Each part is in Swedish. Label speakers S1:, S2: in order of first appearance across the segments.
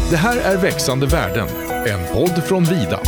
S1: Det här är Växande värden, en podd från Vida.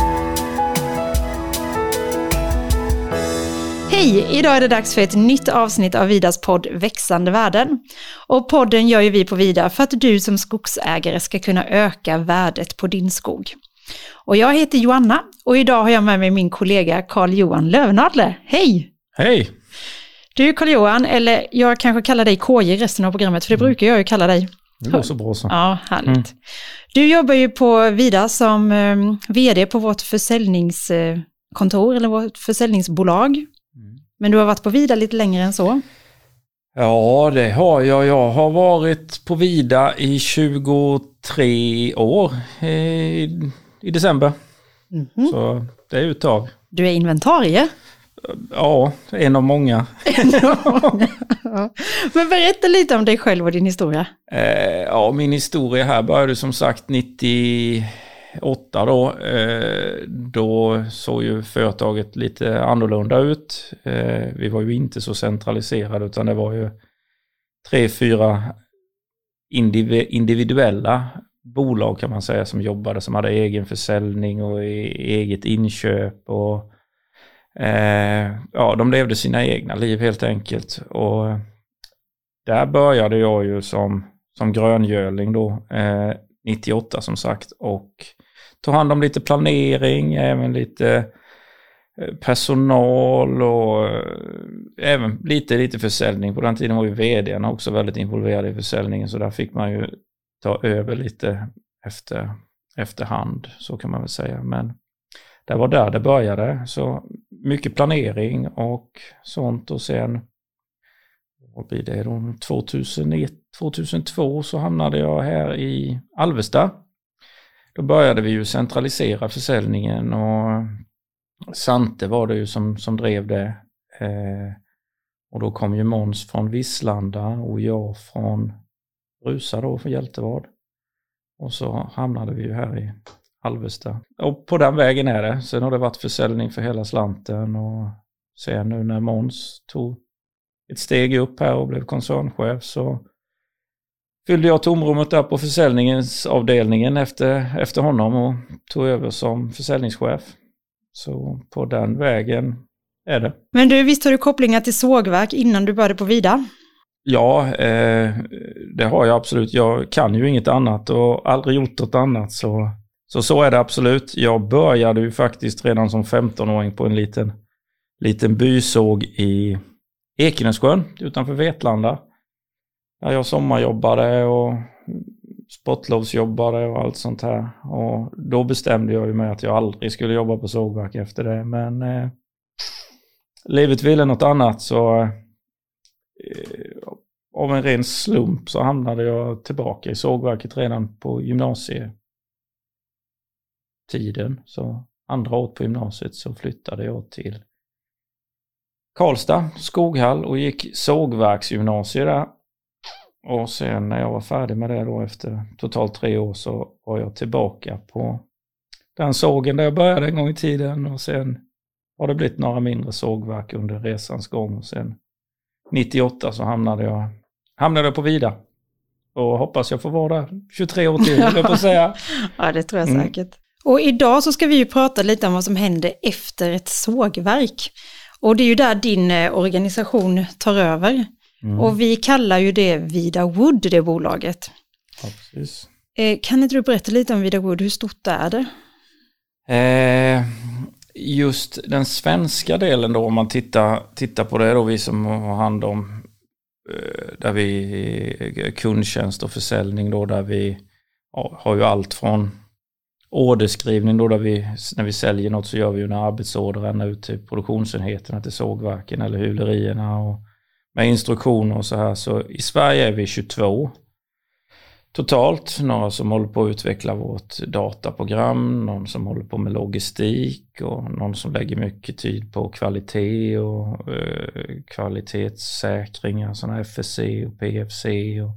S2: Hej! Idag är det dags för ett nytt avsnitt av Vidas podd Växande värden. Och podden gör ju vi på Vida för att du som skogsägare ska kunna öka värdet på din skog. Och jag heter Joanna och idag har jag med mig min kollega Carl-Johan Lövenadler. Hej!
S3: Hej!
S2: Du Carl-Johan, eller jag kanske kallar dig KJ resten av programmet, för det brukar jag ju kalla dig.
S3: Det går så bra så.
S2: Ja, härligt. Du jobbar ju på Vida som vd på vårt försäljningskontor eller vårt försäljningsbolag. Men du har varit på Vida lite längre än så.
S3: Ja, det har jag. Jag har varit på Vida i 23 år i december. Mm-hmm. Så det är ett tag.
S2: Du är inventarie?
S3: Ja, en av många.
S2: Men berätta lite om dig själv och din historia.
S3: Ja, min historia här började som sagt 98 då. Då såg ju företaget lite annorlunda ut. Vi var ju inte så centraliserade utan det var ju 3-4 individuella bolag kan man säga som jobbade, som hade egen försäljning och eget inköp och ja, de levde sina egna liv helt enkelt. Och där började jag ju som gröngöling då 98 som sagt och tog hand om lite planering, även lite personal och även lite försäljning. På den tiden var ju vdn också väldigt involverad i försäljningen, så där fick man ju ta över lite efterhand, så kan man väl säga. Men det var där det började, så mycket planering och sånt. Och sen, vad blir det då, 2002 så hamnade jag här i Alvesta. Då började vi ju centralisera försäljningen och Sante var det ju som drev det. Och då kom ju Måns från Visslanda och jag från Brusa då, från Hjältevad. Och så hamnade vi ju här i Alvesta. Och på den vägen är det. Sen har det varit försäljning för hela slanten och sen nu när Måns tog ett steg upp här och blev koncernchef så fyllde jag tomrummet där på försäljningsavdelningen efter honom och tog över som försäljningschef. Så på den vägen är det.
S2: Men du, visst har du kopplingar till sågverk innan du började på Vida?
S3: Ja, det har jag absolut. Jag kan ju inget annat och aldrig gjort något annat. Så är det absolut. Jag började ju faktiskt redan som 15-åring på en liten bysåg i Ekenässjön utanför Vetlanda. Där jag sommarjobbade och sportlovsjobbade och allt sånt här. Och då bestämde jag ju mig att jag aldrig skulle jobba på sågverk efter det. Men livet ville något annat, så av en ren slump så hamnade jag tillbaka i sågverket redan på gymnasietiden. Så andra året på gymnasiet så flyttade jag till Karlstad, Skoghall, och gick sågverksgymnasiet där. Och sen när jag var färdig med det då efter totalt 3 år så var jag tillbaka på den sågen där jag började en gång i tiden. Och sen har det blivit några mindre sågverk under resans gång. Och sen 98 så hamnade jag på Vida. Och hoppas jag får vara där 23 år till, jag får säga.
S2: Ja, det tror jag säkert. Och idag så ska vi ju prata lite om vad som händer efter ett sågverk. Och det är ju där din organisation tar över. Och vi kallar ju det Vida Wood, det bolaget.
S3: Ja, precis.
S2: Kan inte du berätta lite om Vida Wood? Hur stort är det?
S3: Just den svenska delen då, om man tittar på det då, vi som har hand om där vi kundtjänst och försäljning då, där vi har ju allt från orderskrivning då, där när vi säljer något så gör vi ju en arbetsorder ända ut till produktionsenheterna, till sågverken eller hyvlerierna och med instruktioner och så här. Så i Sverige är vi 22 totalt. Några som håller på att utveckla vårt dataprogram, någon som håller på med logistik och någon som lägger mycket tid på kvalitet och kvalitetssäkringar, sådana FSC och PFC. Och,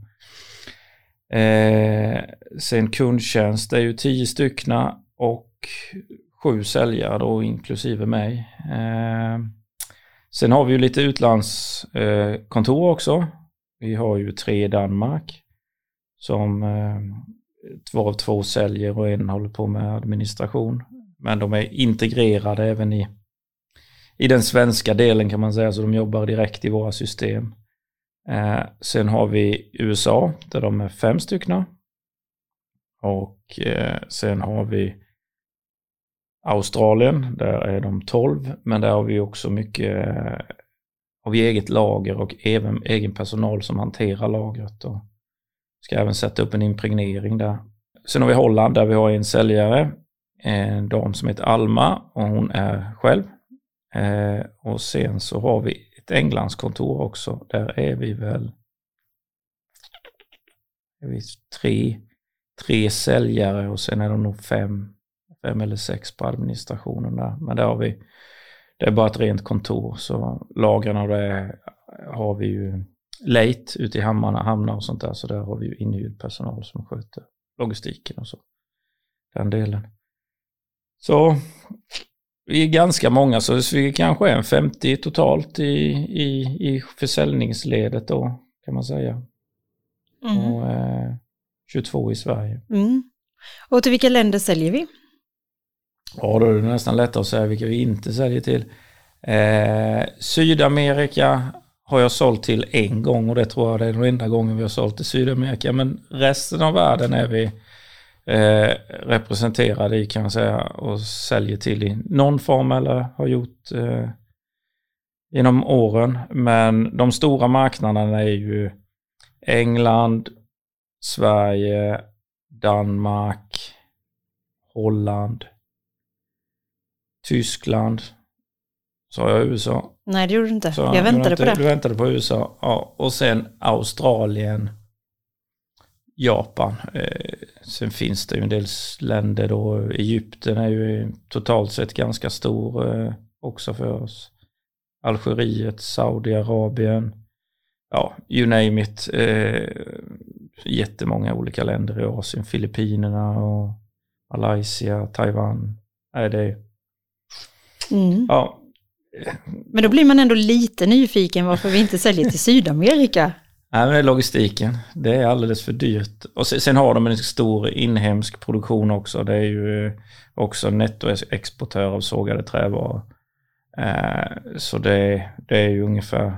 S3: sen kundtjänst är ju 10 styckna och 7 säljare då, inklusive mig. Sen har vi ju lite utlandskontor också. Vi har ju 3 i Danmark som två säljer och en håller på med administration. Men de är integrerade även i den svenska delen kan man säga, så de jobbar direkt i våra system. Sen har vi USA där de är 5 stycken. Och sen har vi Australien, där är de 12, men där har vi också mycket av eget lager och även egen personal som hanterar lagret och ska även sätta upp en impregnering där. Sen har vi Holland där vi har en säljare, en dam som heter Alma och hon är själv. Och sen så har vi ett Englandskontor också, där är vi väl tre säljare och sen är det nog 5 eller 6 på administrationen där. Men där har vi, det är bara ett rent kontor, så lagren av det har vi ju late ute i hamnar och sånt där, så där har vi ju inhyrd personal som sköter logistiken och så. Den delen. Så vi är ganska många, så vi kanske är en 50 totalt i försäljningsledet då, kan man säga. Och 22 i Sverige.
S2: Och till vilka länder säljer vi?
S3: Ja, då är det nästan lättare att säga vilka vi inte säljer till. Sydamerika har jag sålt till en gång, och det tror jag det är den enda gången vi har sålt till Sydamerika. Men resten av världen är vi representerade i, kan man säga, och säljer till i någon form eller har gjort genom åren. Men de stora marknaderna är ju England, Sverige, Danmark, Holland, Tyskland. Sa jag USA?
S2: Nej, det gjorde du inte. Jag väntade på det.
S3: Du väntade på USA. Ja. Och sen Australien, Japan. Sen finns det ju en del länder då. Egypten är ju totalt sett ganska stor också för oss. Algeriet, Saudiarabien. Ja, you name it. Jättemånga olika länder i Asien. Filippinerna och Malaysia, Taiwan. Nej, det är... Ja.
S2: Men då blir man ändå lite nyfiken varför vi inte säljer till Sydamerika.
S3: Nej, men det är logistiken. Det är alldeles för dyrt. Och sen har de en stor inhemsk produktion också. Det är ju också nettoexportör av sågade trävaror. Så det är ju ungefär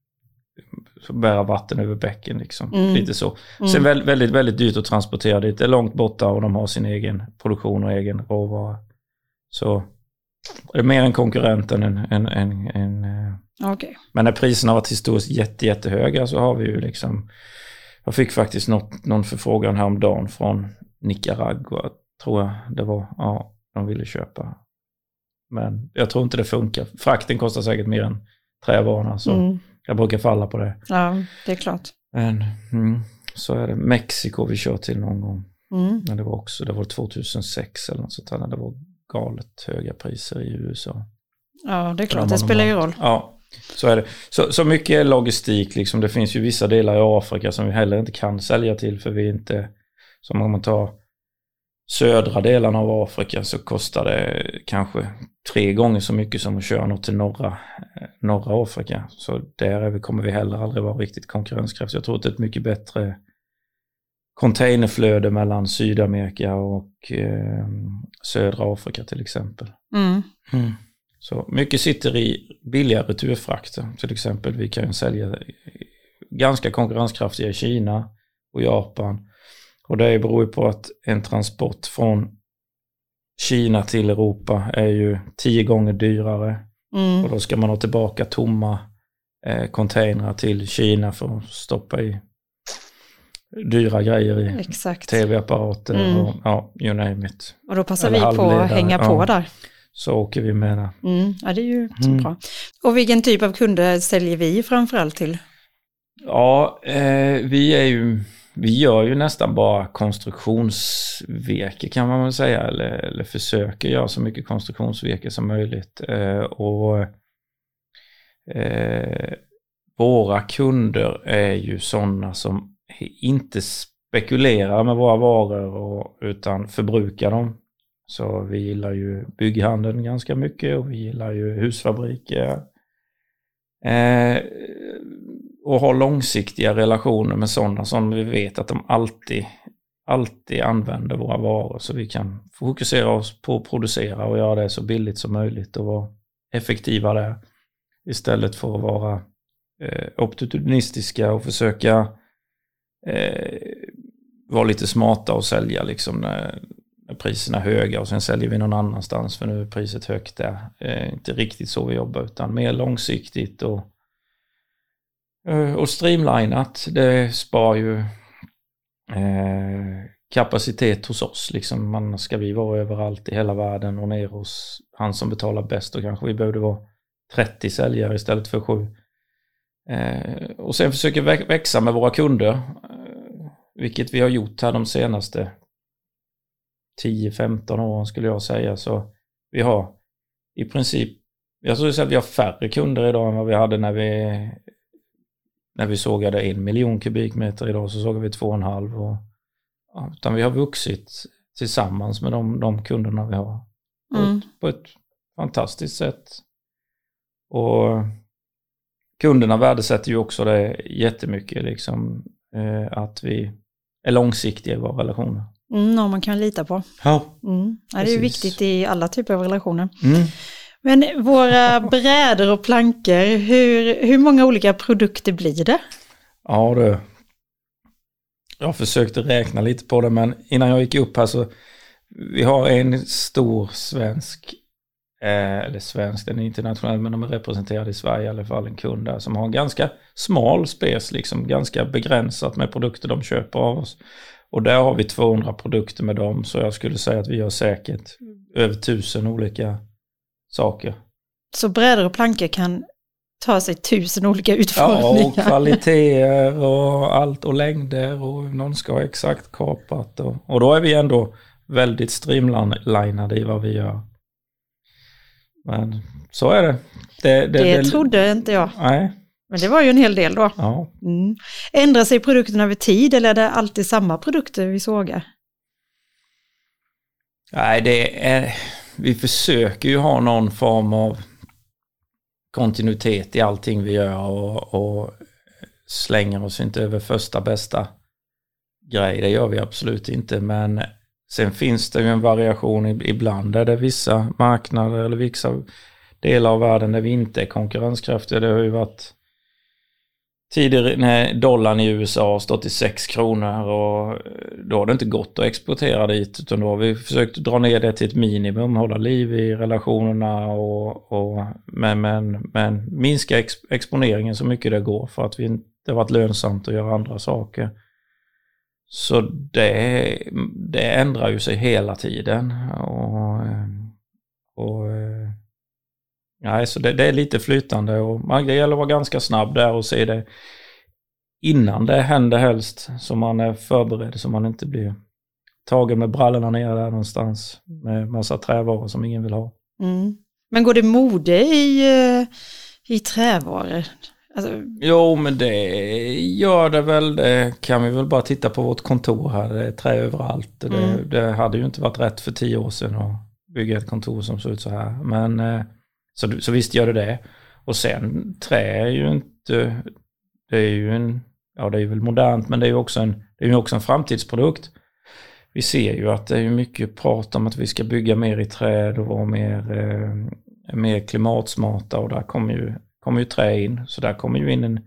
S3: så bära vatten över bäcken liksom. Lite så. Sen väldigt, väldigt dyrt att transportera dit. Det är långt borta och de har sin egen produktion och egen råvara. Så det är mer en konkurrent än en
S2: Okay.
S3: Men när priserna har varit historiskt jättehöga så har vi ju liksom, jag fick faktiskt någon förfrågan häromdagen från Nicaragua, tror jag det var. Ja, de ville köpa. Men jag tror inte det funkar. Frakten kostar säkert mer än trävarorna, så jag brukar falla på det.
S2: Ja, det är klart.
S3: Men så är det. Mexiko vi kör till någon gång. Men det var 2006 eller något sånt där. Det var galet höga priser i USA.
S2: Ja, det är klart. Det spelar ju roll.
S3: Ja, så är det. Så mycket är logistik liksom. Det finns ju vissa delar i Afrika som vi heller inte kan sälja till, för vi inte, som om man tar södra delen av Afrika så kostar det kanske 3 gånger så mycket som att köra något till norra Afrika. Så där kommer vi heller aldrig vara riktigt konkurrenskraftiga. Jag tror att det är ett mycket bättre containerflöde mellan Sydamerika och södra Afrika till exempel. Så mycket sitter i billiga returfrakter. Till exempel vi kan sälja ganska konkurrenskraftiga i Kina och Japan. Och det beror ju på att en transport från Kina till Europa är ju 10 gånger dyrare. Och då ska man ha tillbaka tomma containrar till Kina för att stoppa i dyra grejer i.
S2: Exakt.
S3: TV-apparater och ja, you name it.
S2: Och då passar vi på att hänga på där.
S3: Så åker vi med det.
S2: Ja, det är ju så bra. Och vilken typ av kunder säljer vi framförallt till?
S3: Ja, vi gör ju nästan bara konstruktionsvirke kan man väl säga, eller försöker göra så mycket konstruktionsvirke som möjligt. Och våra kunder är ju sådana som inte spekulerar med våra varor utan förbrukar dem. Så vi gillar ju bygghandeln ganska mycket och vi gillar ju husfabriker. Och har långsiktiga relationer med sådana som vi vet att de alltid använder våra varor så vi kan fokusera oss på att producera och göra det så billigt som möjligt och vara effektiva där istället för att vara opportunistiska och försöka vara lite smarta och sälja liksom när priserna är höga och sen säljer vi någon annanstans för nu är priset högt där. Inte riktigt så vi jobbar utan mer långsiktigt och streamlinat. Det spar ju kapacitet hos oss. Liksom man ska vi vara överallt i hela världen och ner hos han som betalar bäst och kanske vi behövde vara 30 säljare istället för 7. Och sen försöker växa med våra kunder, vilket vi har gjort här de senaste 10-15 åren skulle jag säga. Så vi har i princip, jag skulle säga att vi har färre kunder idag än vad vi hade när vi sågade 1 miljon kubikmeter. Idag så sågar vi 2,5 utan vi har vuxit tillsammans med de kunderna vi har på ett fantastiskt sätt. Och kunderna värdesätter ju också det jättemycket liksom, att vi är långsiktiga i våra relationer.
S2: Någon man kan lita på.
S3: Ja,
S2: ja, det är ju viktigt i alla typer av relationer. Men våra brädor och plankor, hur många olika produkter blir det?
S3: Ja, jag försökte räkna lite på det, men innan jag gick upp här så vi har en stor svensk, den är internationell men de är representerade i Sverige i alla fall, en kund där som har en ganska smal spec, liksom ganska begränsat med produkter de köper av oss. Och där har vi 200 produkter med dem, så jag skulle säga att vi har säkert över 1000 olika saker.
S2: Så brädor och plankor kan ta sig 1000 olika utformningar?
S3: Ja, och kvaliteter och allt och längder och någon ska ha exakt kapat. Och då är vi ändå väldigt streamlinade i vad vi gör. Men så är det. Det
S2: trodde inte jag.
S3: Nej.
S2: Men det var ju en hel del då.
S3: Ja.
S2: Ändrar sig produkten över tid eller är det alltid samma produkter vi sågar?
S3: Nej, vi försöker ju ha någon form av kontinuitet i allting vi gör och slänger oss inte över första bästa grej. Det gör vi absolut inte, men sen finns det ju en variation ibland där det är vissa marknader eller vissa delar av världen där vi inte är konkurrenskraftiga. Det har ju varit tidigare när dollarn i USA har stått i 6 kronor och då har det inte gått att exportera dit, utan då har vi försökt dra ner det till ett minimum, hålla liv i relationerna men minska exponeringen så mycket det går för att det har varit lönsamt att göra andra saker. Så det ändrar ju sig hela tiden så det är lite flytande och det gäller att vara ganska snabb där och se det innan det händer helst, så man är förberedd så man inte blir tagen med brallorna ner där någonstans med massa trävaror som ingen vill ha.
S2: Men går det mode i trävaror? Alltså...
S3: Jo, men det gör det väl. Det kan vi väl bara titta på vårt kontor här. Det är trä överallt. Det hade ju inte varit rätt för 10 år sedan att bygga ett kontor som ser ut så här. Men så visst gör det. Och sen trä är ju inte... Det är ju det är väl modernt, men det är ju också en framtidsprodukt. Vi ser ju att det är mycket prat om att vi ska bygga mer i träd och vara mer klimatsmarta, och där kommer ju trä in. Så där kommer ju in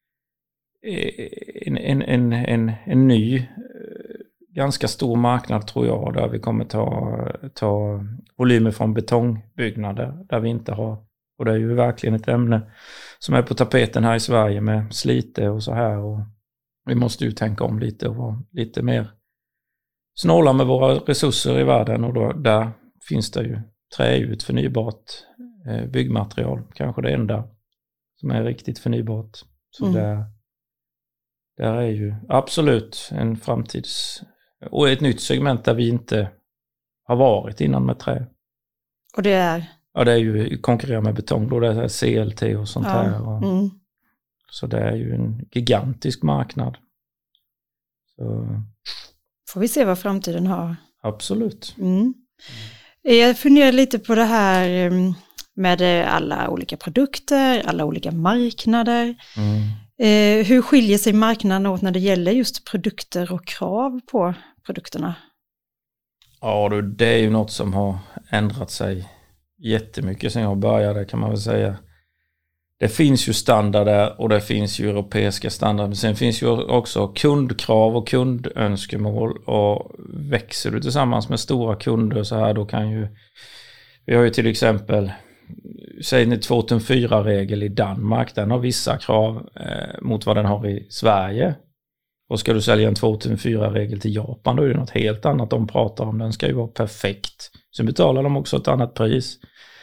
S3: en ny ganska stor marknad, tror jag, där vi kommer ta volymer från betongbyggnader där vi inte har. Och det är ju verkligen ett ämne som är på tapeten här i Sverige med slite och så här. Och vi måste ju tänka om lite och vara lite mer snåla med våra resurser i världen. Och där finns det ju trä, ett förnybart byggmaterial. Kanske det enda som är riktigt förnybart. Så där är ju absolut en och ett nytt segment där vi inte har varit innan med trä.
S2: Och det är?
S3: Ja, det är ju konkurrera med betong då, det är CLT och sånt här. Så det är ju en gigantisk marknad. Så.
S2: Får vi se vad framtiden har.
S3: Absolut.
S2: Jag funderar lite på det här med alla olika produkter, alla olika marknader. Hur skiljer sig marknaden åt när det gäller just produkter och krav på produkterna?
S3: Ja, det är ju något som har ändrat sig jättemycket sedan jag började, kan man väl säga. Det finns ju standarder och det finns ju europeiska standarder. Sen finns ju också kundkrav och kundönskemål, och växer du tillsammans med stora kunder så här, då kan ju... Vi har ju till exempel, säg ni 2004-regel i Danmark, den har vissa krav mot vad den har i Sverige. Och ska du sälja en 2004-regel till Japan, då är det något helt annat de pratar om. Den ska ju vara perfekt. Sen betalar de också ett annat pris.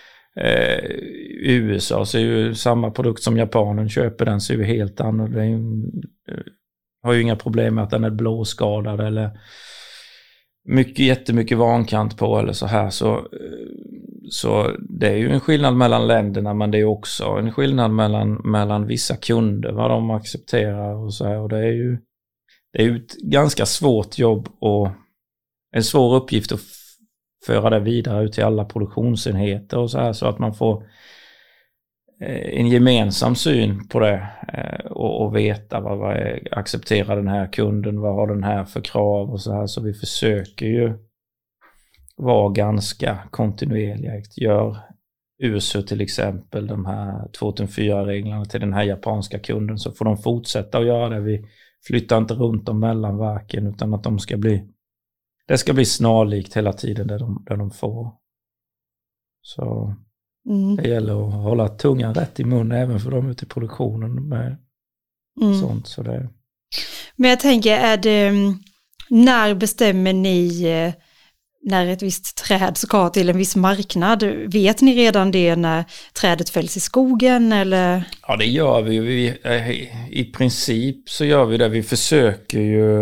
S3: I USA så är ju samma produkt som japanen köper, den ser ju helt annorlunda. Har ju inga problem med att den är blåskadad eller jättemycket vankant på eller så här. Så det är ju en skillnad mellan länderna, men det är också en skillnad mellan vissa kunder, vad de accepterar och så här. Och det är ju ett ganska svårt jobb och en svår uppgift att föra det vidare ut till alla produktionsenheter och så här, så att man får en gemensam syn på det och veta vad accepterar den här kunden, vad har den här för krav och så här. Så vi försöker ju vara ganska kontinuerliga. Gör USA till exempel de här 2004-reglerna till den här japanska kunden, så får de fortsätta att göra det. Vi flyttar inte runt dem mellan verken, utan att det ska bli snarlikt hela tiden där de får. Så det gäller att hålla tungan rätt i mun även för dem ute i produktionen med sånt. Så det.
S2: Men jag tänker, när bestämmer ni när ett visst träd ska till en viss marknad? Vet ni redan det när trädet fälls i skogen? Eller? Ja,
S3: det gör vi ju. I princip så gör vi det. Vi försöker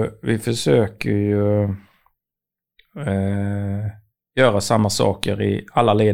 S3: ju göra samma saker i alla led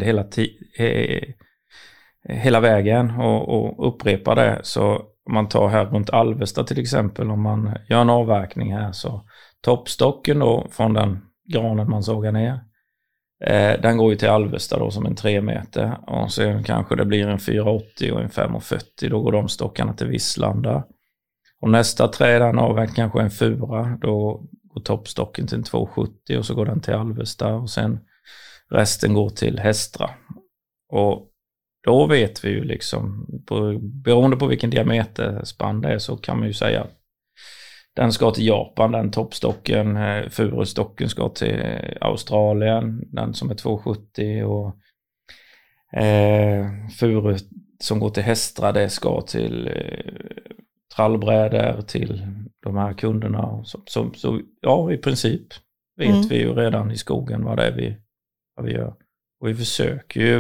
S3: hela vägen och upprepa det. Så om man tar här runt Alvesta till exempel, om man gör en avverkning här, så toppstocken då från den granen man sågar ner, den går ju till Alvesta då som en 3 meter, och sen kanske det blir en 4,80 och en 5,40, då går de stockarna till Visslanda. Och nästa träd han avverkat kanske en 4, då går toppstocken till en 2,70 och så går den till Alvesta, och sen resten går till Hästra. Och då vet vi ju liksom, beroende på vilken diameterspann det är, så kan man ju säga att den ska till Japan, den toppstocken, furustocken ska till Australien, den som är 2,70, och furu som går till Hästra, det ska till trallbrädor till de här kunderna. Så ja, i princip vet vi ju redan i skogen vad det är vad vi gör. Och vi försöker ju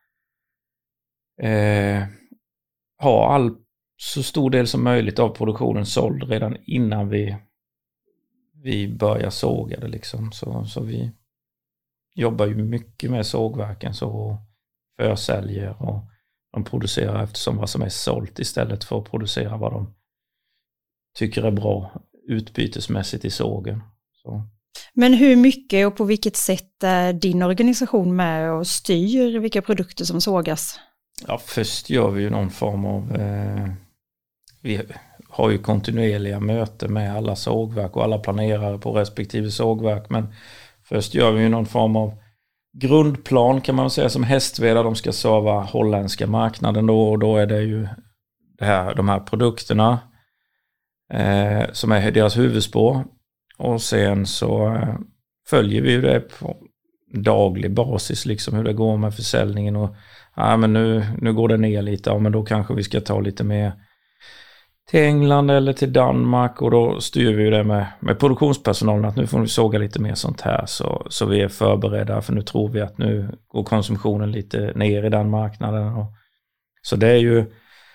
S3: ha så stor del som möjligt av produktionen såld redan innan vi börjar såga det liksom. Så vi jobbar ju mycket med sågverken så försäljer, och de producerar eftersom vad som är sålt istället för att producera vad de tycker är bra utbytesmässigt i sågen. Så.
S2: Men hur mycket och på vilket sätt är din organisation med och styr vilka produkter som sågas?
S3: Ja, först gör vi ju någon form av... vi har ju kontinuerliga möten med alla sågverk och alla planerare på respektive sågverk. Men först gör vi ju någon form av grundplan kan man säga, som Hästveda. De ska serva holländska marknaden då, och då är det ju de här produkterna som är deras huvudspår. Och sen så följer vi ju det på daglig basis, liksom hur det går med försäljningen. Och men nu går det ner lite, men då kanske vi ska ta lite mer till England eller till Danmark, och då styr vi ju det med produktionspersonalen att nu får vi såga lite mer sånt här, så vi är förberedda, för nu tror vi att nu går konsumtionen lite ner i den marknaden. Så det är ju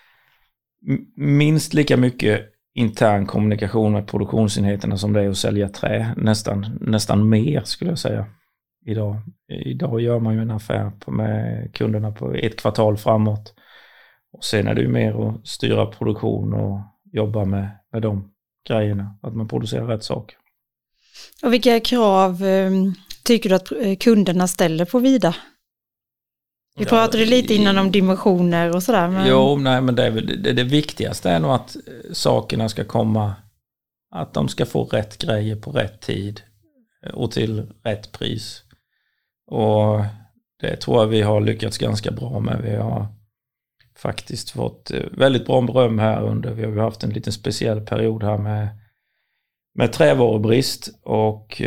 S3: minst lika mycket intern kommunikation med produktionsenheterna som det är att sälja trä, nästan mer skulle jag säga. Idag gör man ju en affär med kunderna på 1 kvartal framåt. Och sen är det ju mer att styra produktion och jobba med de grejerna. Att man producerar rätt saker.
S2: Och vilka krav tycker du att kunderna ställer på Vida? Vi pratade lite innan om dimensioner och sådär.
S3: Men det viktigaste är nog att sakerna ska komma, att de ska få rätt grejer på rätt tid. och till rätt pris. Och det tror jag vi har lyckats ganska bra med. Vi har faktiskt fått väldigt bra beröm här vi har ju haft en liten speciell period här med trävarubrist och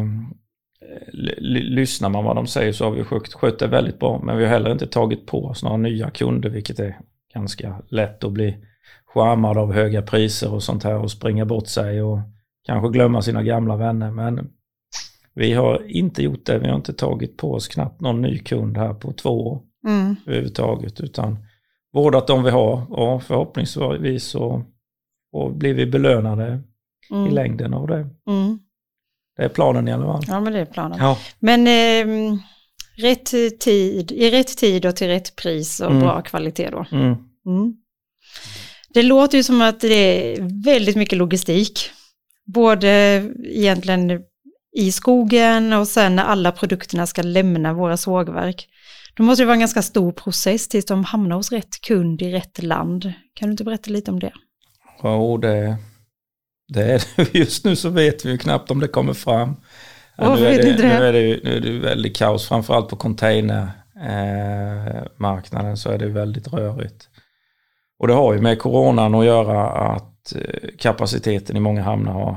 S3: lyssnar man vad de säger så har vi skött det väldigt bra, men vi har heller inte tagit på oss några nya kunder, vilket är ganska lätt att bli charmad av höga priser och sånt här och springa bort sig och kanske glömma sina gamla vänner, men vi har inte gjort det. Vi har inte tagit på oss knappt någon ny kund här på 2 år överhuvudtaget, utan vårdat de vi har och förhoppningsvis så blir vi belönade i längden av det. Det är planen i alla fall.
S2: Ja, men det är planen.
S3: Ja.
S2: Men i rätt tid och till rätt pris och bra kvalitet då. Det låter ju som att det är väldigt mycket logistik. Både egentligen i skogen och sen när alla produkterna ska lämna våra sågverk. Då måste det vara en ganska stor process tills de hamnar hos rätt kund i rätt land. Kan du inte berätta lite om det?
S3: Ja, det är just nu så vet vi ju knappt om det kommer fram. Nu är det väldigt kaos, framförallt på containermarknaden så är det väldigt rörigt. Och det har ju med coronan att göra att kapaciteten i många hamnar har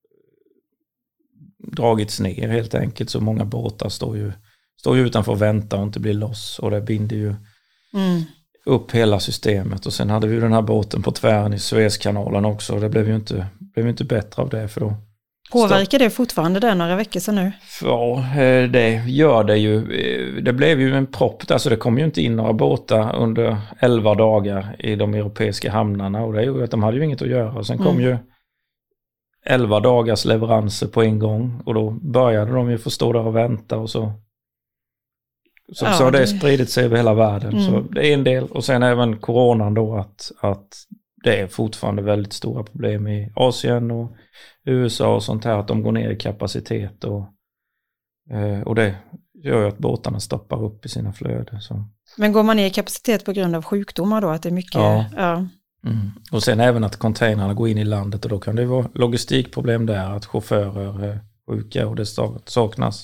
S3: dragits ner helt enkelt. Så många båtar står ju utanför och väntar och inte blir loss. Och det binder ju upp hela systemet. Och sen hade vi den här båten på tvären i Suezkanalen också. Och det blev ju inte bättre av det. För då
S2: påverkar det fortfarande det några veckor sedan nu?
S3: Ja, det gör det ju. Det blev ju en propp. Alltså det kom ju inte in några båtar under 11 dagar i de europeiska hamnarna. Och det gjorde att de hade ju inget att göra. Och sen kom ju 11 dagars leveranser på en gång. Och då började de ju få stå där och vänta. Och så har det spridit sig över hela världen. Så det är en del. Och sen även coronan då att det är fortfarande väldigt stora problem i Asien och USA och sånt här. Att de går ner i kapacitet. Och det gör ju att båtarna stoppar upp i sina flöden. Så.
S2: Men går man ner i kapacitet på grund av sjukdomar då? Att det är mycket... Ja.
S3: Och sen även att containrarna går in i landet och då kan det vara logistikproblem där, att chaufförer är sjuka och det saknas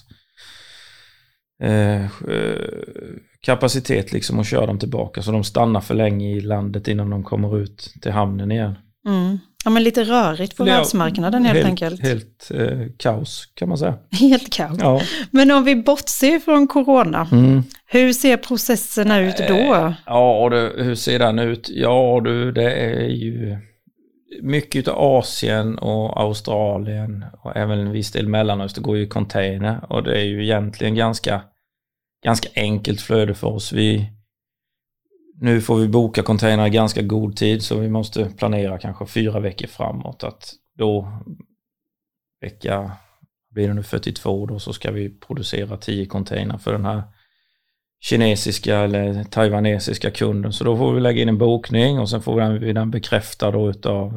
S3: kapacitet liksom att köra dem tillbaka, så de stannar för länge i landet innan de kommer ut till hamnen igen.
S2: Ja, men lite rörigt på världsmarknaden helt enkelt.
S3: Helt kaos kan man säga.
S2: Helt kaos. Ja. Men om vi bortser från corona, hur ser processerna ut då?
S3: Hur ser den ut? Ja, det är ju mycket av Asien och Australien och även en viss del Mellanöstern går ju i container, och det är ju egentligen ganska enkelt flöde för oss. Nu får vi boka container i ganska god tid, så vi måste planera kanske 4 veckor framåt. Att då vecka blir det nu 42 då, så ska vi producera 10 container för den här kinesiska eller taiwanesiska kunden. Så då får vi lägga in en bokning och sen får vi den bekräftad då utav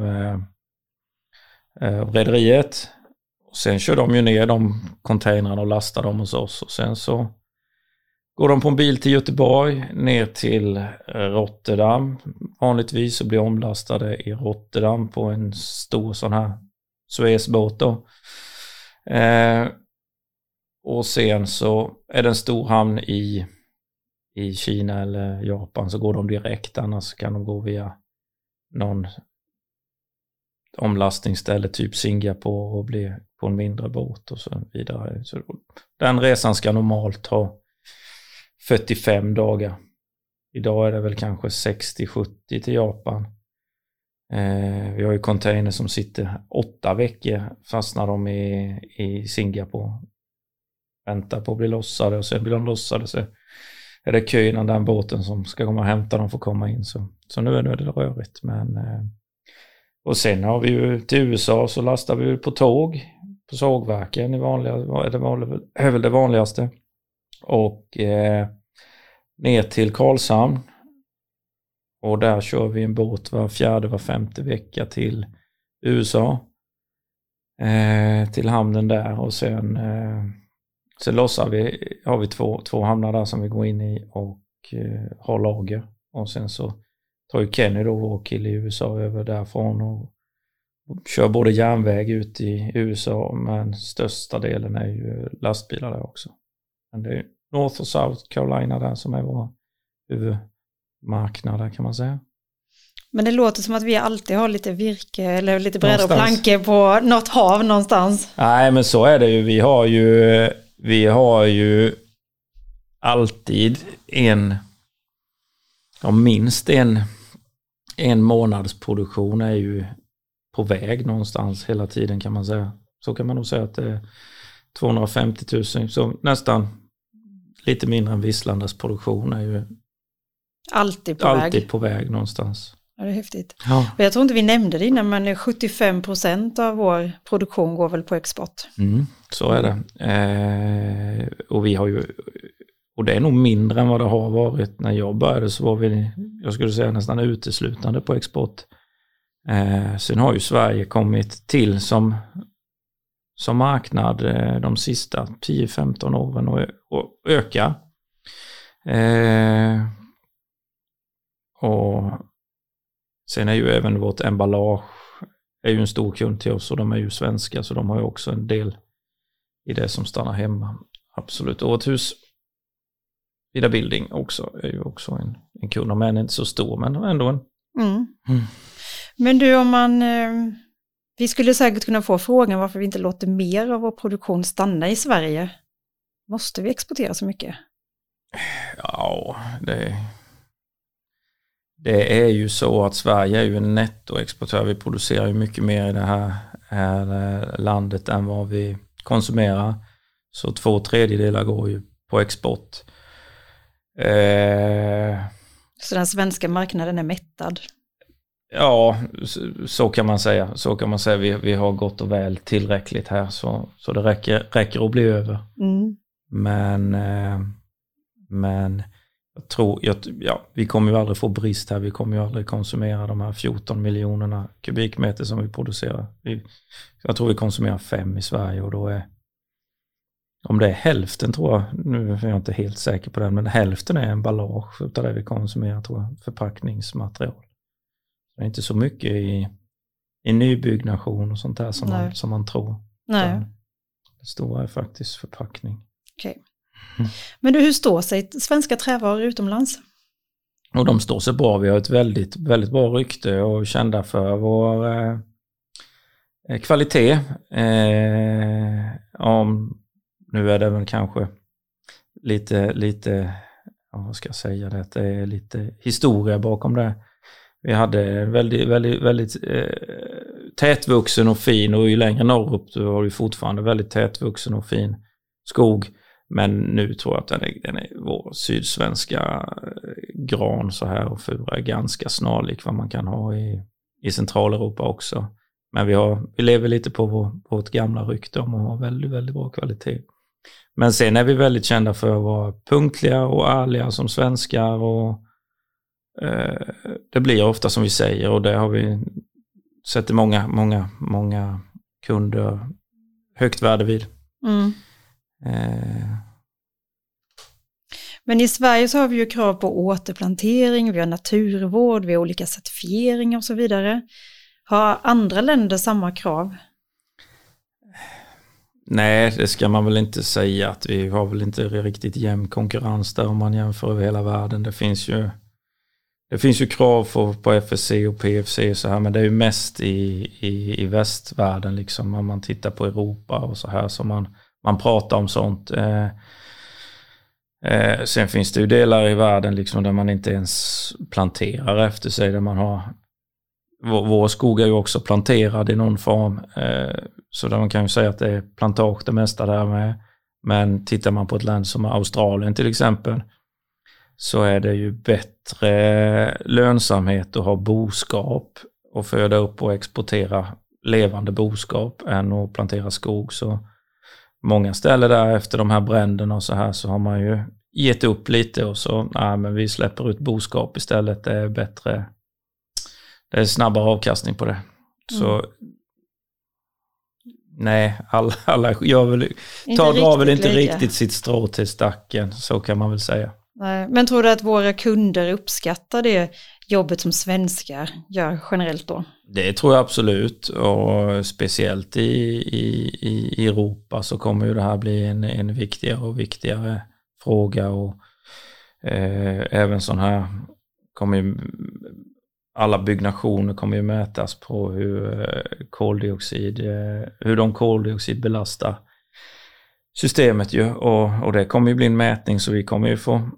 S3: rederiet. Och sen kör de ju ner de containrarna och lastar dem hos oss, och sen så går de på en bil till Göteborg ner till Rotterdam. Vanligtvis så blir omlastade i Rotterdam på en stor sån här Suezbåt då. Och sen så är det en stor hamn i Kina eller Japan, så går de direkt, annars kan de gå via någon omlastningsställe typ Singapore och bli på en mindre båt och så vidare. Så den resan ska normalt ha 45 dagar. Idag är det väl kanske 60-70 till Japan. Vi har ju container som sitter 8 veckor, fastnar de i Singapore. Väntar på att bli lossade, och sen blir de lossade så är det kö innan den båten som ska komma och hämta dem får komma in. Så nu är det rörigt. Och sen har vi ju till USA, så lastar vi på tåg på sågverken är väl det vanligaste. Och ner till Karlshamn, och där kör vi en båt var 4:e, var 5:e vecka till USA, till hamnen där, och sen har vi två hamnar där som vi går in i och har lager, och sen så tar ju Kenny då, vår kille i USA, över därifrån och kör både järnväg ut i USA, men största delen är ju lastbilar där också. Men det är North och South Carolina där som är vår huvudmarknad kan man säga. Men det låter som att vi alltid har lite virke eller lite brädor och plankor på något hav någonstans. Nej, men så är det ju. Vi har ju alltid minst en månads produktion är ju på väg någonstans hela tiden kan man säga. Så kan man nog säga att det är 250 000, så nästan lite mindre än Visslandas produktion är ju alltid på väg någonstans. Ja, det är häftigt. Ja. Och jag tror inte vi nämnde det innan, men 75% av vår produktion går väl på export. Så är det. Och vi har ju, och det är nog mindre än vad det har varit när jag började, så var vi, jag skulle säga nästan uteslutande på export. Sen har ju Sverige kommit till som marknad de sista 10-15 åren och öka. Och sen är ju även vårt emballage är ju en stor kund till oss, och de är ju svenska, så de har ju också en del i det som stannar hemma. Absolut. Och ett hus Vida Building också är ju också en kund, men inte så stor, men ändå en. Men du, om vi skulle säkert kunna få frågan varför vi inte låter mer av vår produktion stanna i Sverige. Måste vi exportera så mycket? Ja, det är ju så att Sverige är ju en nettoexportör. Vi producerar ju mycket mer i det här landet än vad vi konsumerar. Så 2/3 går ju på export.
S2: Så den svenska marknaden är mättad? Ja,
S3: så kan man säga. Vi har gott och väl tillräckligt här, så det räcker att bli över. Men jag tror, vi kommer ju aldrig få brist här. Vi kommer ju aldrig konsumera de här 14 miljonerna kubikmeter som vi producerar. Jag tror vi konsumerar 5 i Sverige, och då om det är hälften, tror jag, nu är jag inte helt säker på det, men hälften är emballage utav det vi konsumerar, tror jag, förpackningsmaterial. Det är inte så mycket i nybyggnation och sånt där som man tror. Nej. Det stora är faktiskt förpackning. Okej.
S2: Men hur står sig svenska trävaror utomlands?
S3: Och de står sig bra. Vi har ett väldigt, väldigt bra rykte och kända för vår kvalitet. Nu är det väl kanske lite vad ska jag säga, det är lite historia bakom det. Vi hade väldigt, väldigt, väldigt tätvuxen och fin, och ju längre norrut så har vi fortfarande väldigt tätvuxen och fin skog. Men nu tror jag att den är vår sydsvenska gran så här och fura är ganska snarlik vad man kan ha i Centraleuropa också. Men vi lever lite på vårt gamla rykte om att ha väldigt, väldigt bra kvalitet. Men sen är vi väldigt kända för att vara punktliga och ärliga som svenskar, och det blir ofta som vi säger, och det har vi sett många kunder högt värde vid.
S2: Men i Sverige så har vi ju krav på återplantering, vi har naturvård, vi har olika certifieringar och så vidare. Har andra länder samma krav?
S3: Nej, det ska man väl inte säga, att vi har väl inte riktigt jämn konkurrens där om man jämför över hela världen. Det finns ju krav på FSC och PEFC så här, men det är ju mest i västvärlden liksom, om man tittar på Europa och så här, som man pratar om sånt. Sen finns det ju delar i världen liksom där man inte ens planterar efter sig, där man har vår skog är ju också planterad i någon form, så där man kan ju säga att det är plantage det mesta där med. Men tittar man på ett land som Australien till exempel, så är det ju bättre lönsamhet att ha boskap och föda upp och exportera levande boskap än att plantera skog. Så många ställen där efter de här bränderna och så här, så har man ju gett upp lite och så, men vi släpper ut boskap istället, det är bättre, det är snabbare avkastning på det. Så nej, alla drar väl inte riktigt sitt strå till stacken, så kan man väl säga.
S2: Nej, men tror du att våra kunder uppskattar det jobbet som svenskar gör generellt då?
S3: Det tror jag absolut, och speciellt i Europa så kommer ju det här bli en viktigare och viktigare fråga, och även sån här kommer ju, alla byggnationer kommer ju mätas på hur de koldioxid belastar systemet ju, och det kommer ju bli en mätning, så vi kommer ju få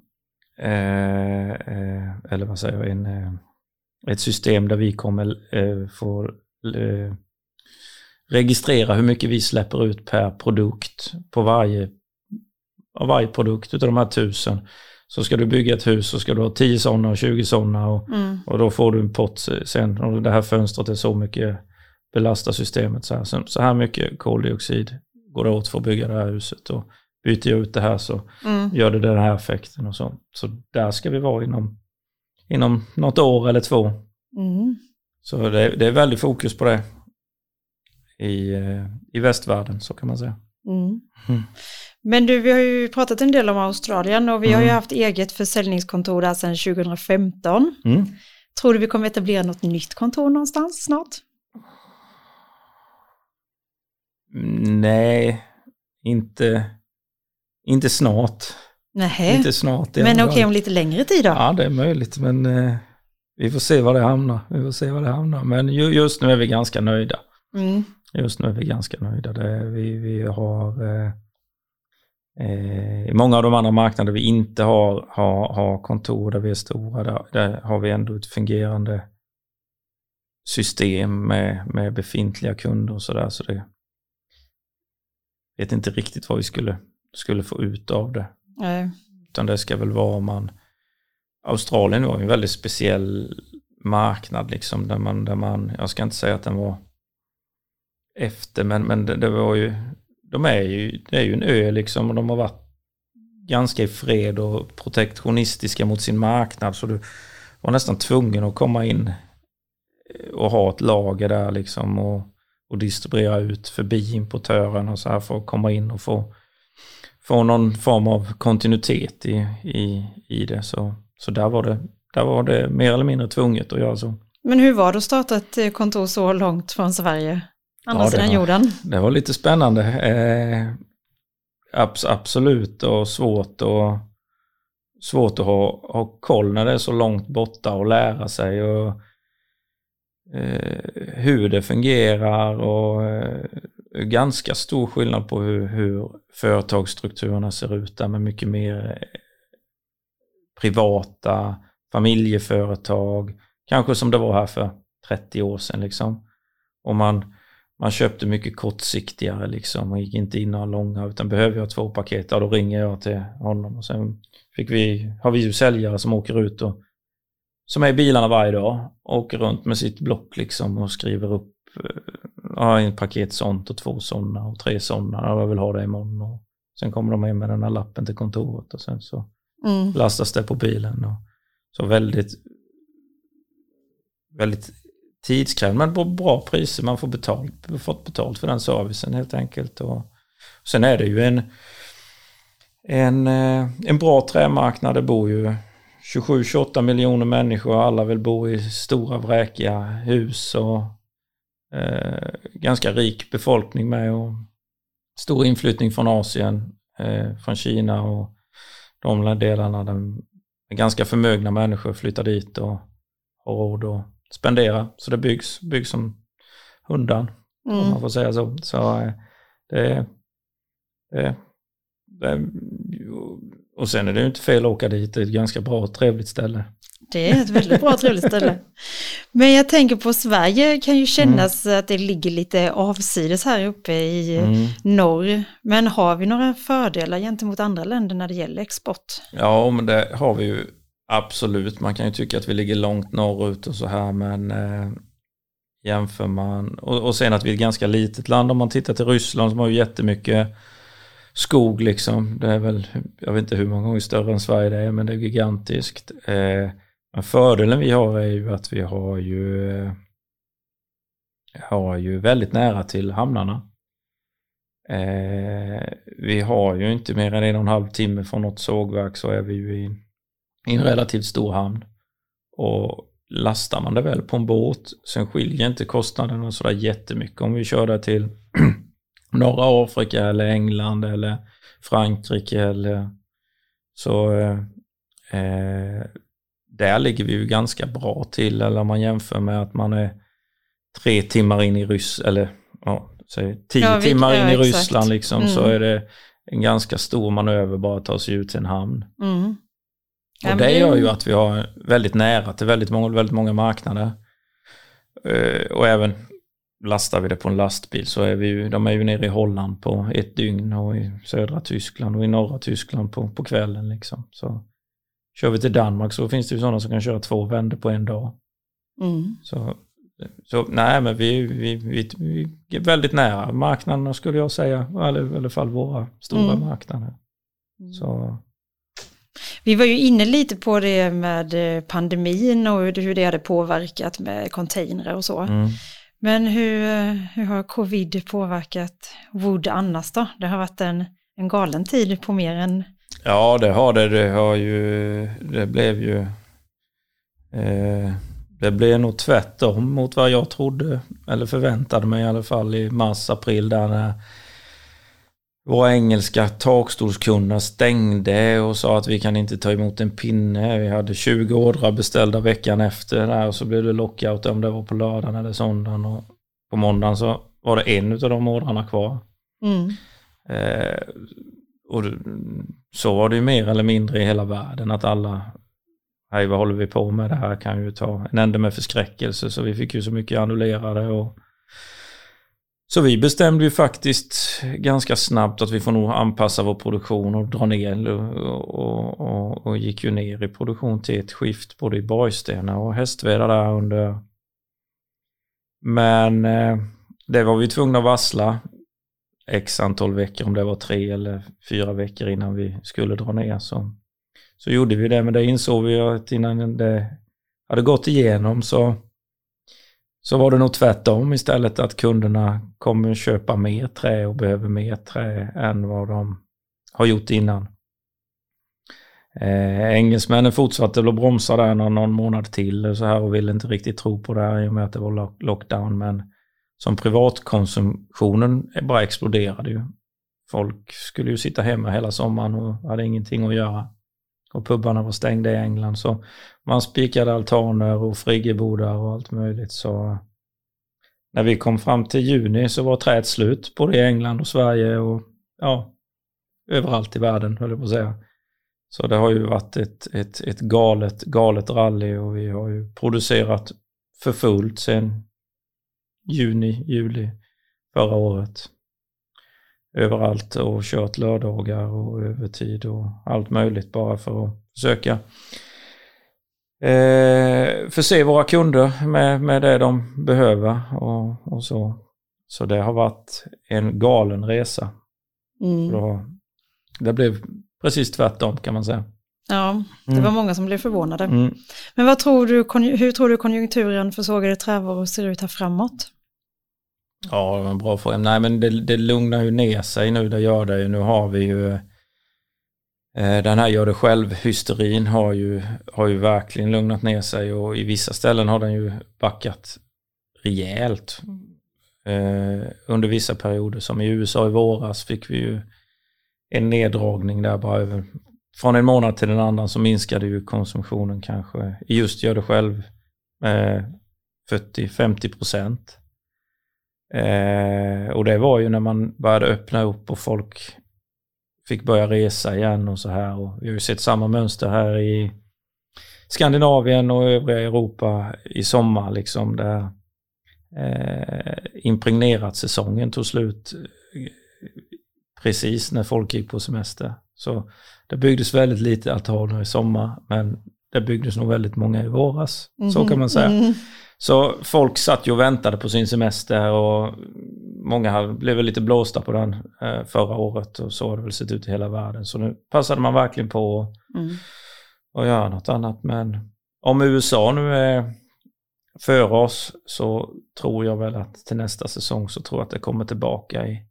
S3: eller vad säger jag, ett system där vi kommer få registrera hur mycket vi släpper ut per produkt på varje produkt utav de här 1000. Så ska du bygga ett hus så ska du ha 10 sådana och 20 sådana, och då får du en pott sen, och det här fönstret är så mycket belastar systemet så här mycket koldioxid går det åt för att bygga det här huset, och byter jag ut det här så gör det den här effekten och så. Så där ska vi vara inom något år eller 2. Så det är väldigt fokus på det i västvärlden, så kan man säga.
S2: Men du, vi har ju pratat en del om Australien, och vi har ju haft eget försäljningskontor där sedan 2015. Tror du vi kommer etablera något nytt kontor någonstans snart?
S3: Nej, inte snart.
S2: Nej.
S3: Inte snart.
S2: Men okej, om lite längre tid då?
S3: Ja, det är möjligt, men vi får se var det hamnar. Men just nu är vi ganska nöjda. Vi har i många av de andra marknader vi inte har kontor där vi är stora, där har vi ändå ett fungerande system med befintliga kunder och sådär, så det vet inte riktigt vad vi skulle få ut av det.
S2: Nej.
S3: Utan det ska väl vara Australien var en väldigt speciell marknad liksom, där man jag ska inte säga att den var efter, men det var ju, det är ju en ö liksom, och de har varit ganska i fred och protektionistiska mot sin marknad, så du var nästan tvungen att komma in och ha ett lager där liksom, och distribuera ut förbi importören och så här, för att komma in och få någon form av kontinuitet i det, så där var det mer eller mindre tvunget att göra så.
S2: Men hur var det att starta ett kontor så långt från Sverige? Andra sidan jorden?
S3: Det var lite spännande. Absolut, och svårt att ha koll när det är så långt borta, och lära sig och hur det fungerar, och ganska stor skillnad på hur företagsstrukturerna ser ut där, med mycket mer privata familjeföretag, kanske som det var här för 30 år sedan liksom. Och man köpte mycket kortsiktigare liksom, och gick inte in några långa, utan behöver jag 2 paket, då ringer jag till honom, och sen har vi ju säljare som åker ut och som är i bilarna varje dag, åker runt med sitt block liksom och skriver upp en paket sånt och 2 sådana och 3 sådana, jag vill ha det imorgon, och sen kommer de med den här lappen till kontoret, och sen så lastas det på bilen, och så väldigt väldigt tidskrävande, men på bra priser, man fått betalt för den servicen helt enkelt. Och sen är det ju en bra trämarknad. Det bor ju 27-28 miljoner människor, och alla vill bo i stora vräkiga hus, och ganska rik befolkning med, och stor inflyttning från Asien, från Kina och de delarna där ganska förmögna människor flyttar dit och har råd att spendera. Så det byggs som hundan, om man får säga så. Så och sen är det ju inte fel att åka dit. Det är ett ganska bra och trevligt ställe.
S2: Det är ett väldigt bra och trevligt ställe. Men jag tänker på Sverige, kan ju kännas att det ligger lite avsides här uppe i norr. Men har vi några fördelar gentemot andra länder när det gäller export?
S3: Ja, men det har vi ju absolut. Man kan ju tycka att vi ligger långt norrut och så här, men jämför man, och sen att vi är ett ganska litet land, om man tittar till Ryssland som har ju jättemycket skog liksom. Det är väl, jag vet inte hur många gånger större än Sverige det är, men det är gigantiskt. Men fördelen vi har är ju att vi har ju väldigt nära till hamnarna. Vi har ju inte mer än 1,5 timme från något sågverk, så är vi ju i en relativt stor hamn. Och lastar man det väl på en båt. Sen skiljer inte kostnaderna sådär jättemycket om vi kör det till norra Afrika eller England eller Frankrike eller så. Där ligger vi ju ganska bra till, eller om man jämför med att man är 3 timmar in i Ryssland, eller 10 timmar in i Ryssland liksom, så är det en ganska stor manöver bara att ta sig ut till en hamn. Och det gör ju att vi har väldigt nära till väldigt många marknader. Och även lastar vi det på en lastbil så är de är ju nere i Holland på 1 dygn och i södra Tyskland och i norra Tyskland på kvällen liksom. Så kör vi till Danmark så finns det ju sådana som kan köra 2 vändor på en dag. Så nej, men vi är väldigt nära marknaderna skulle jag säga, eller i alla fall våra stora marknader. Så.
S2: Vi var ju inne lite på det med pandemin och hur det hade påverkat med containrar och så. Men hur har covid påverkat Wood annars då? Det har varit en galen tid på mer än...
S3: Ja, det har det. Det blev nog tvärtom mot vad jag trodde, eller förväntade mig i alla fall i mars-april, där när våra engelska takstolskunder stängde och sa att vi kan inte ta emot en pinne. Vi hade 20 ordrar beställda veckan efter där, och så blev det lockout om det var på lördagen eller söndagen, och på måndagen så var det en av de ordrarna kvar. Och så var det ju mer eller mindre i hela världen, att alla, hej, vad håller vi på med, det här kan ju ta en ände med förskräckelse, så vi fick ju så mycket annullerade. Och så vi bestämde ju faktiskt ganska snabbt att vi får nog anpassa vår produktion och dra ner, och gick ju ner i produktion till ett skift både i Borgstena och Hästveda där under. Men det var vi tvungna att varsla x antal veckor, om det var 3 eller 4 veckor innan vi skulle dra ner. Så gjorde vi det, men det insåg vi att innan det hade gått igenom så var det nog tvärtom istället, att kunderna kommer köpa mer trä och behöver mer trä än vad de har gjort innan. Engelsmännen fortsatte att bromsa där någon månad till så här och ville inte riktigt tro på det här i och med att det var lockdown, men som privatkonsumtionen bara exploderade ju. Folk skulle ju sitta hemma hela sommaren och hade ingenting att göra. Och pubbarna var stängda i England, så man spikade altaner och friggebodar och allt möjligt. Så när vi kom fram till juni så var träet slut både i England och Sverige och överallt i världen, höll jag på att säga. Så det har ju varit ett galet rally, och vi har ju producerat för fullt sedan juli förra året. Överallt, och kört lördagar och övertid och allt möjligt, bara för att försöka förse våra kunder med det de behöver och så. Så det har varit en galen resa. Det blev precis tvärtom, kan man säga. Ja,
S2: det var många som blev förvånade. Men hur tror du konjunkturen för sågade trävaror ser ut här framåt?
S3: Ja, det var en bra fråga. Nej, men det lugnar ju ner sig nu, det gör det ju. Nu har vi ju den här gör det själv-hysterin har ju verkligen lugnat ner sig, och i vissa ställen har den ju backat rejält under vissa perioder. Som i USA i våras fick vi ju en neddragning där bara från en månad till en annan, så minskade ju konsumtionen kanske just gör det själv 40-50%. Och det var ju när man började öppna upp och folk fick börja resa igen och så här, och vi har ju sett samma mönster här i Skandinavien och övriga Europa i sommar liksom, där impregnerat säsongen tog slut precis när folk gick på semester. Så det byggdes väldigt lite altaner i sommar, men det byggdes nog väldigt många i våras, så kan man säga. Så folk satt ju och väntade på sin semester, och många blev väl lite blåsta på den förra året, och så har det väl sett ut i hela världen. Så nu passade man verkligen på att göra något annat. Men om USA nu är för oss, så tror jag väl att till nästa säsong så tror jag att det kommer tillbaka i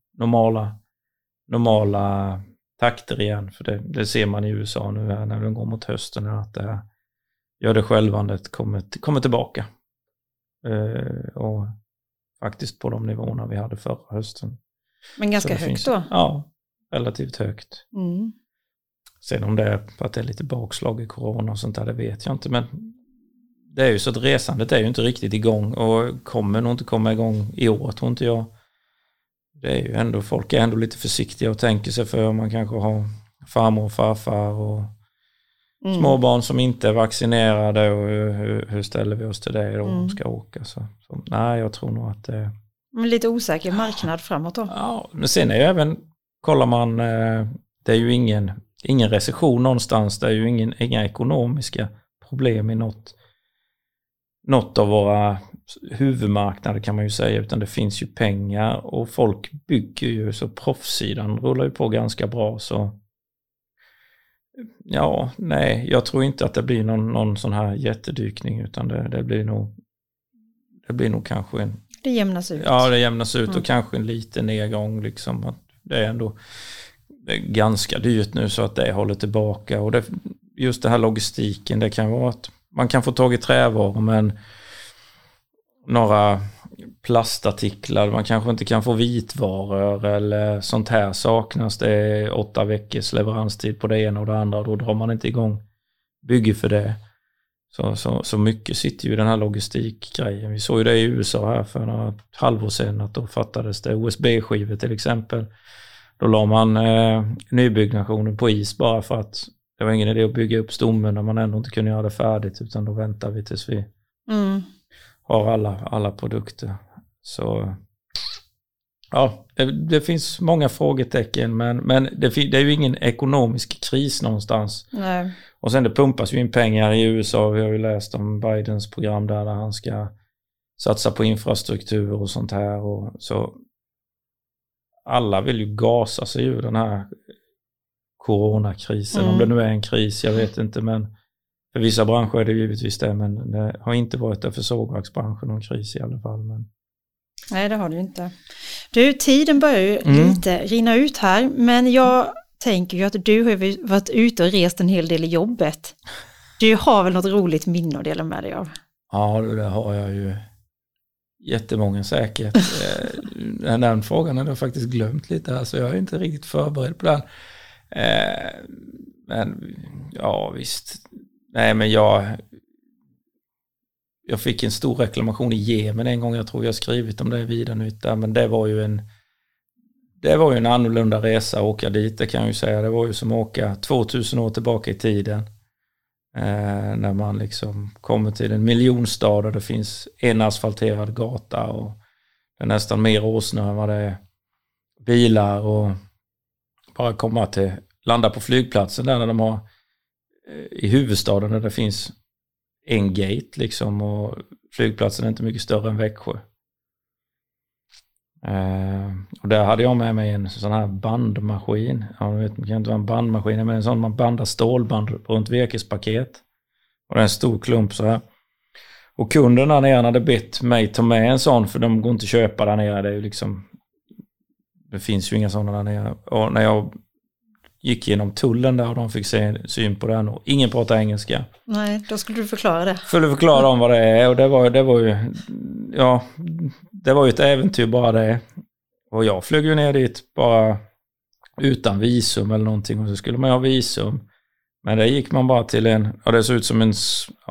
S3: normala takter igen. För det ser man i USA nu här, när de går mot hösten, att gör det självandet kommer tillbaka. Och faktiskt på de nivåerna vi hade förra hösten.
S2: Men ganska högt då?
S3: Ja, relativt högt.
S2: Mm.
S3: Sen om det är för att det är lite bakslag i corona och sånt där, det vet jag inte. Men det är ju så att resandet är ju inte riktigt igång och kommer nog inte komma igång i år, tror inte jag. Det är ju ändå, folk är ändå lite försiktiga och tänker sig för om man kanske har farmor och farfar och småbarn som inte är vaccinerade och hur ställer vi oss till det då de ska åka. Så nej, jag tror nog att det är...
S2: Men lite osäker marknad framåt då?
S3: Ja, men sen är ju även, kollar man, det är ju ingen recession någonstans, det är ju inga ekonomiska problem i något av våra huvudmarknader kan man ju säga, utan det finns ju pengar och folk bygger ju, så proffssidan rullar ju på ganska bra, så ja, nej, jag tror inte att det blir någon sån här jättedykning, utan det blir nog kanske en... Det
S2: jämnas ut.
S3: Ja, det jämnas ut och kanske en liten nedgång liksom, att det är ändå ganska dyrt nu så att det håller tillbaka, och just det här logistiken, det kan vara att man kan få tag i trävaror, men några plastartiklar, man kanske inte kan få vitvaror eller sånt här saknas. Det är 8 veckors leveranstid på det ena och det andra, och då drar man inte igång bygge för det. Så mycket sitter ju i den här logistikgrejen. Vi såg ju det i USA här för några halvår sedan, att då fattades det USB-skivor till exempel. Då la man nybyggnationen på is bara för att det var ingen idé att bygga upp stommen när man ändå inte kunde göra det färdigt, utan då väntar vi tills vi har alla produkter. Så ja, det finns många frågetecken, men det är ju ingen ekonomisk kris någonstans.
S2: Nej.
S3: Och sen det pumpas ju in pengar i USA. Vi har ju läst om Bidens program där han ska satsa på infrastruktur och sånt här. Och så alla vill ju gasa sig ur den här coronakrisen. Om det nu är en kris, jag vet inte, men för vissa branscher är det givetvis det, men det har inte varit det för sågverksbranschen någon kris i alla fall. Men...
S2: Nej, det har det inte. Du, tiden börjar ju lite rinna ut här, men jag tänker ju att du har varit ute och rest en hel del i jobbet. Du har väl något roligt minne att dela med dig av?
S3: Ja, det har jag ju jättemånga säkert. Den frågan har jag faktiskt glömt lite här, så jag är inte riktigt förberedd på den. Men ja, visst. Nej, men jag fick en stor reklamation i Jemen en gång. Jag tror jag skrivit om det i Vidanytt där, men det var ju en annorlunda resa att åka dit, det kan jag ju säga. Det var ju som att åka 2000 år tillbaka i tiden. När man liksom kommer till en miljonstad där det finns en asfalterad gata och det är nästan mer åsnö än vad det är bilar, och bara landa på flygplatsen där när de har i huvudstaden där det finns en gate liksom, och flygplatsen är inte mycket större än Växjö. Och där hade jag med mig en sån här bandmaskin. Ja, jag vet, det kan inte vara en bandmaskin, men en sån man bandar stålband runt virkespaket. Och det är en stor klump så här. Och kunden där nere hade bett mig ta med en sån, för de går inte att köpa där nere. Det är ju liksom, det finns ju inga sådana där nere. Och när jag gick genom tullen där och de fick se syn på den, och ingen pratar engelska.
S2: Nej, då skulle du förklara det.
S3: Skulle förklara om vad det är, och det var ju ett äventyr bara det. Och jag flög ju ner dit bara utan visum eller någonting, och så skulle man ha visum. Men det gick man bara till det såg ut som en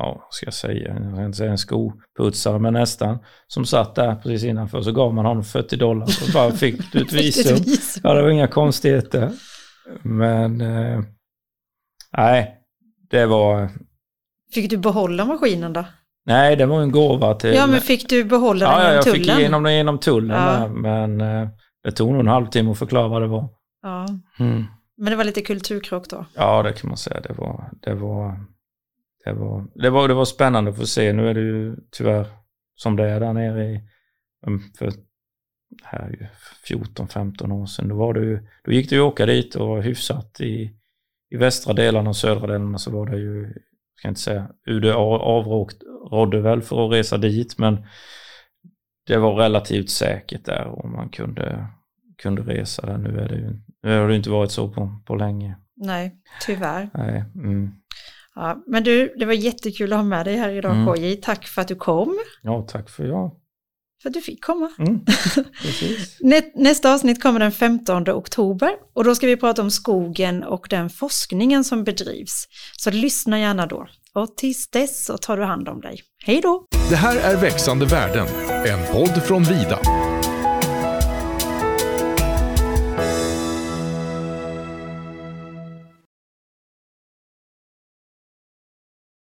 S3: skoputsare, men nästan, som satt där precis innanför, så gav man honom $40 och bara fick du ett visum. Ja, det var inga konstigheter. Men nej, det var...
S2: Fick du behålla maskinen då?
S3: Nej, det var en gåva till...
S2: Ja, men fick du behålla den genom tullen?
S3: Ja, jag fick genom tullen där, men det tog nog en halvtimme att förklara vad det var.
S2: Ja, men det var lite kulturkrock då? Ja,
S3: det kan man säga. Det var spännande att få se. Nu är det ju tyvärr som det är där nere för här ju 14-15 år sedan. Då gick det ju att åka dit och var hyfsat i västra delarna och södra delarna, så var det ju, jag ska inte säga, UD avrådde väl för att resa dit, men det var relativt säkert där och man kunde resa där. Nu har det inte varit så på länge.
S2: Nej, tyvärr.
S3: Nej.
S2: Ja, men du, det var jättekul att ha med dig här idag, KJ. Tack för att du kom.
S3: Ja, tack för
S2: att du fick komma.
S3: Precis.
S2: Nästa avsnitt kommer den 15 oktober och då ska vi prata om skogen och den forskningen som bedrivs. Så lyssna gärna då. Och tills dess så tar du hand om dig. Hej då!
S1: Det här är Växande värden, en podd från Vida.